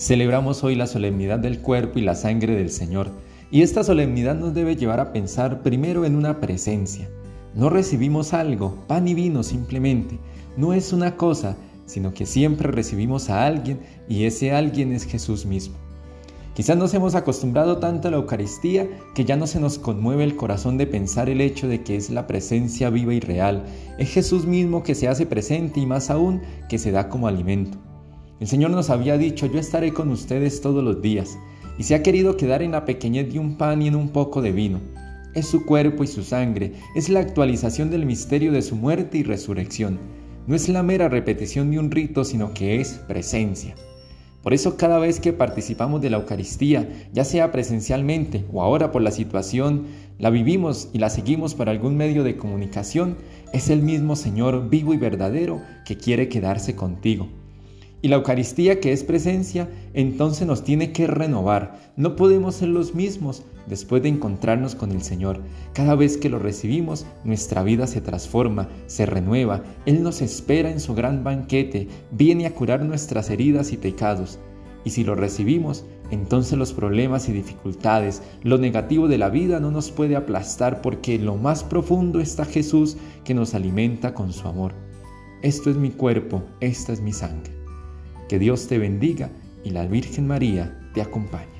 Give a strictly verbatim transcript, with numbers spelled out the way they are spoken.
Celebramos hoy la solemnidad del cuerpo y la sangre del Señor, y esta solemnidad nos debe llevar a pensar primero en una presencia. No recibimos algo, pan y vino simplemente, no es una cosa, sino que siempre recibimos a alguien y ese alguien es Jesús mismo. Quizás nos hemos acostumbrado tanto a la Eucaristía que ya no se nos conmueve el corazón de pensar el hecho de que es la presencia viva y real, es Jesús mismo que se hace presente y más aún que se da como alimento. El Señor nos había dicho: yo estaré con ustedes todos los días, y se ha querido quedar en la pequeñez de un pan y en un poco de vino. Es su cuerpo y su sangre, es la actualización del misterio de su muerte y resurrección. No es la mera repetición de un rito, sino que es presencia. Por eso cada vez que participamos de la Eucaristía, ya sea presencialmente o ahora por la situación, la vivimos y la seguimos por algún medio de comunicación, es el mismo Señor vivo y verdadero que quiere quedarse contigo. Y la Eucaristía, que es presencia, entonces nos tiene que renovar. No podemos ser los mismos después de encontrarnos con el Señor. Cada vez que lo recibimos, nuestra vida se transforma, se renueva. Él nos espera en su gran banquete, viene a curar nuestras heridas y pecados. Y si lo recibimos, entonces los problemas y dificultades, lo negativo de la vida no nos puede aplastar, porque en lo más profundo está Jesús, que nos alimenta con su amor. Esto es mi cuerpo, esta es mi sangre. Que Dios te bendiga y la Virgen María te acompañe.